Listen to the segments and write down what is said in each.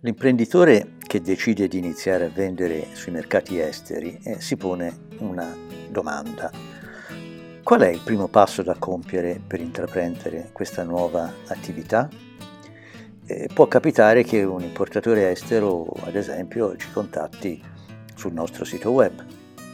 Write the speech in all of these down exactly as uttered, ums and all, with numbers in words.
L'imprenditore che decide di iniziare a vendere sui mercati esteri eh, si pone una domanda. Qual è il primo passo da compiere per intraprendere questa nuova attività? Eh, può capitare che un importatore estero, ad esempio, ci contatti sul nostro sito web.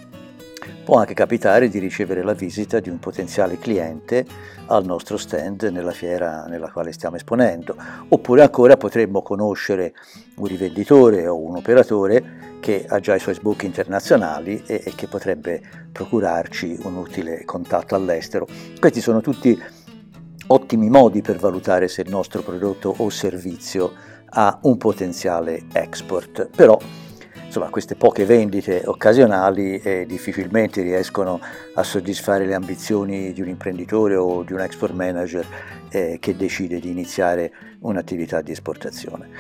Può anche capitare di ricevere la visita di un potenziale cliente al nostro stand nella fiera nella quale stiamo esponendo, oppure ancora potremmo conoscere un rivenditore o un operatore che ha già i suoi sbocchi internazionali e, e che potrebbe procurarci un utile contatto all'estero. Questi sono tutti ottimi modi per valutare se il nostro prodotto o servizio ha un potenziale export, però insomma, queste poche vendite occasionali eh, difficilmente riescono a soddisfare le ambizioni di un imprenditore o di un export manager eh, che decide di iniziare un'attività di esportazione.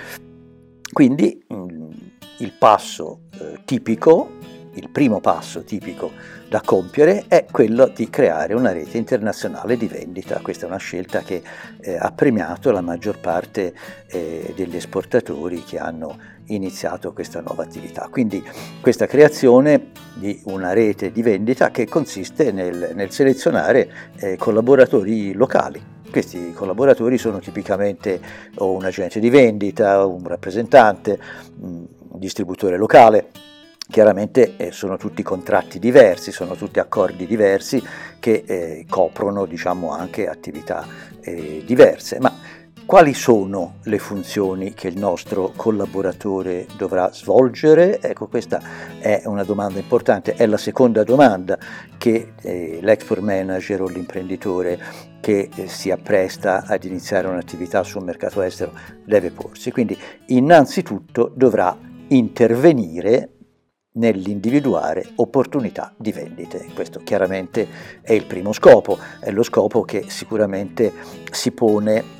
Quindi mh, il passo eh, tipico, il primo passo tipico da compiere è quello di creare una rete internazionale di vendita. Questa è una scelta che eh, ha premiato la maggior parte eh, degli esportatori che hanno iniziato questa nuova attività. Quindi questa creazione di una rete di vendita che consiste nel, nel selezionare eh, collaboratori locali. Questi collaboratori sono tipicamente o un agente di vendita, un rappresentante, un distributore locale. Chiaramente eh, sono tutti contratti diversi, sono tutti accordi diversi che eh, coprono, diciamo, anche attività eh, diverse. Ma quali sono le funzioni che il nostro collaboratore dovrà svolgere? Ecco, questa è una domanda importante, è la seconda domanda che eh, l'export manager o l'imprenditore che eh, si appresta ad iniziare un'attività sul mercato estero deve porsi. Quindi innanzitutto dovrà intervenire nell'individuare opportunità di vendite. Questo chiaramente è il primo scopo, è lo scopo che sicuramente si pone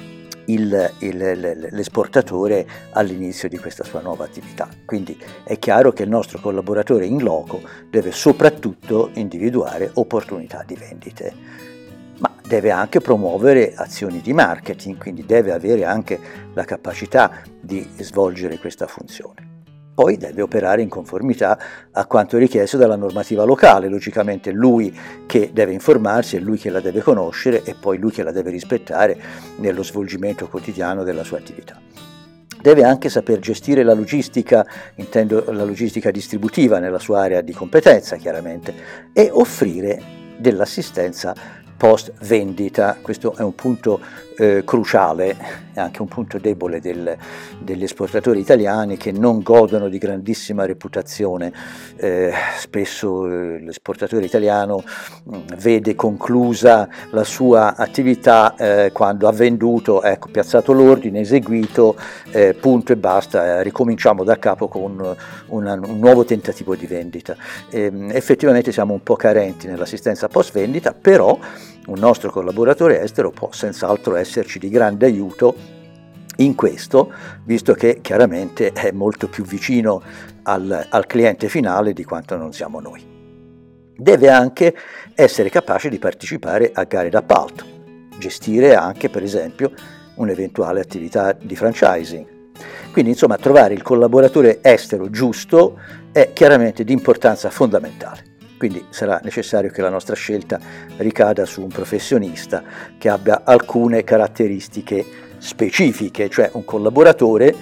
il, il, l'esportatore all'inizio di questa sua nuova attività. Quindi è chiaro che il nostro collaboratore in loco deve soprattutto individuare opportunità di vendite, ma deve anche promuovere azioni di marketing, quindi deve avere anche la capacità di svolgere questa funzione. Poi deve operare in conformità a quanto richiesto dalla normativa locale, logicamente è lui che deve informarsi, è lui che la deve conoscere e poi lui che la deve rispettare nello svolgimento quotidiano della sua attività. Deve anche saper gestire la logistica, intendo la logistica distributiva nella sua area di competenza chiaramente, e offrire dell'assistenza post vendita. Questo è un punto eh, cruciale, è anche un punto debole del, degli esportatori italiani che non godono di grandissima reputazione. Eh, spesso eh, l'esportatore italiano mh, vede conclusa la sua attività eh, quando ha venduto, ecco, piazzato l'ordine, eseguito, eh, punto e basta, eh, ricominciamo da capo con una, un nuovo tentativo di vendita. Eh, effettivamente siamo un po' carenti nell'assistenza post vendita, però un nostro collaboratore estero può senz'altro esserci di grande aiuto in questo, visto che chiaramente è molto più vicino al, al cliente finale di quanto non siamo noi. Deve anche essere capace di partecipare a gare d'appalto, gestire anche per esempio un'eventuale attività di franchising. Quindi insomma trovare il collaboratore estero giusto è chiaramente di importanza fondamentale. Quindi sarà necessario che la nostra scelta ricada su un professionista che abbia alcune caratteristiche specifiche, cioè un collaboratore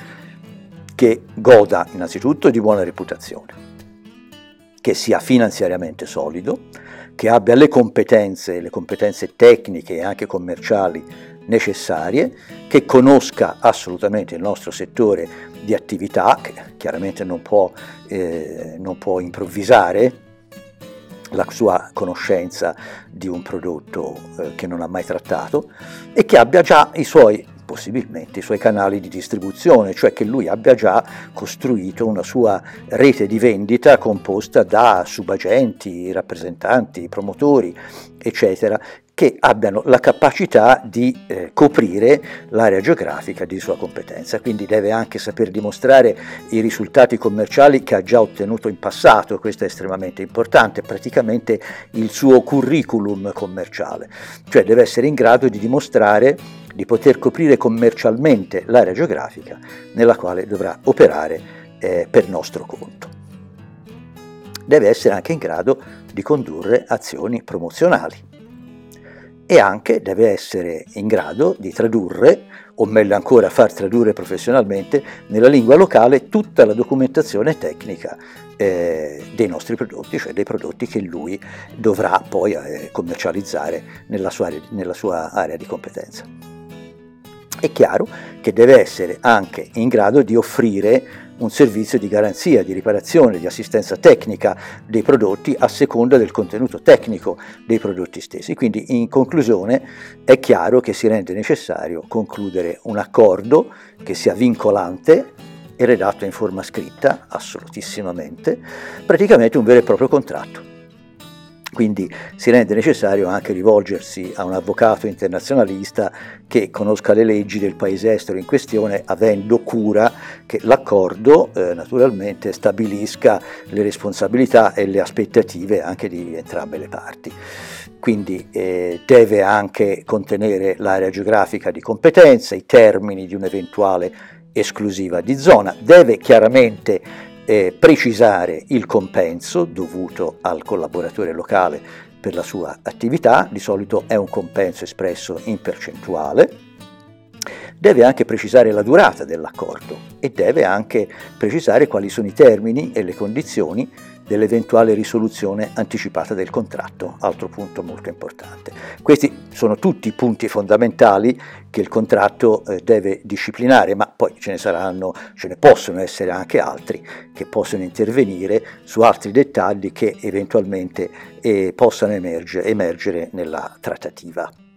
che goda innanzitutto di buona reputazione, che sia finanziariamente solido, che abbia le competenze, le competenze tecniche e anche commerciali necessarie, che conosca assolutamente il nostro settore di attività, che chiaramente non può, eh, non può improvvisare la sua conoscenza di un prodotto eh, che non ha mai trattato, e che abbia già i suoi, possibilmente, i suoi canali di distribuzione, cioè che lui abbia già costruito una sua rete di vendita composta da subagenti, rappresentanti, promotori, eccetera, che abbiano la capacità di eh, coprire l'area geografica di sua competenza, quindi deve anche saper dimostrare i risultati commerciali che ha già ottenuto in passato, questo è estremamente importante, praticamente il suo curriculum commerciale, cioè deve essere in grado di dimostrare di poter coprire commercialmente l'area geografica nella quale dovrà operare eh, per nostro conto. Deve essere anche in grado di condurre azioni promozionali e anche deve essere in grado di tradurre, o meglio ancora far tradurre professionalmente, nella lingua locale tutta la documentazione tecnica eh, dei nostri prodotti, cioè dei prodotti che lui dovrà poi eh, commercializzare nella sua, nella sua area di competenza. È chiaro che deve essere anche in grado di offrire un servizio di garanzia, di riparazione, di assistenza tecnica dei prodotti a seconda del contenuto tecnico dei prodotti stessi. Quindi, in conclusione, è chiaro che si rende necessario concludere un accordo che sia vincolante e redatto in forma scritta, assolutissimamente, praticamente un vero e proprio contratto. Quindi si rende necessario anche rivolgersi a un avvocato internazionalista che conosca le leggi del paese estero in questione, avendo cura che l'accordo eh, naturalmente stabilisca le responsabilità e le aspettative anche di entrambe le parti. Quindi eh, deve anche contenere l'area geografica di competenza, i termini di un'eventuale esclusiva di zona, deve chiaramente Eh, precisare il compenso dovuto al collaboratore locale per la sua attività, di solito è un compenso espresso in percentuale, deve anche precisare la durata dell'accordo e deve anche precisare quali sono i termini e le condizioni dell'eventuale risoluzione anticipata del contratto, altro punto molto importante. Questi sono tutti punti fondamentali che il contratto eh, deve disciplinare, ma poi ce ne saranno, ce ne possono essere anche altri che possono intervenire su altri dettagli che eventualmente eh, possano emergere, emergere nella trattativa.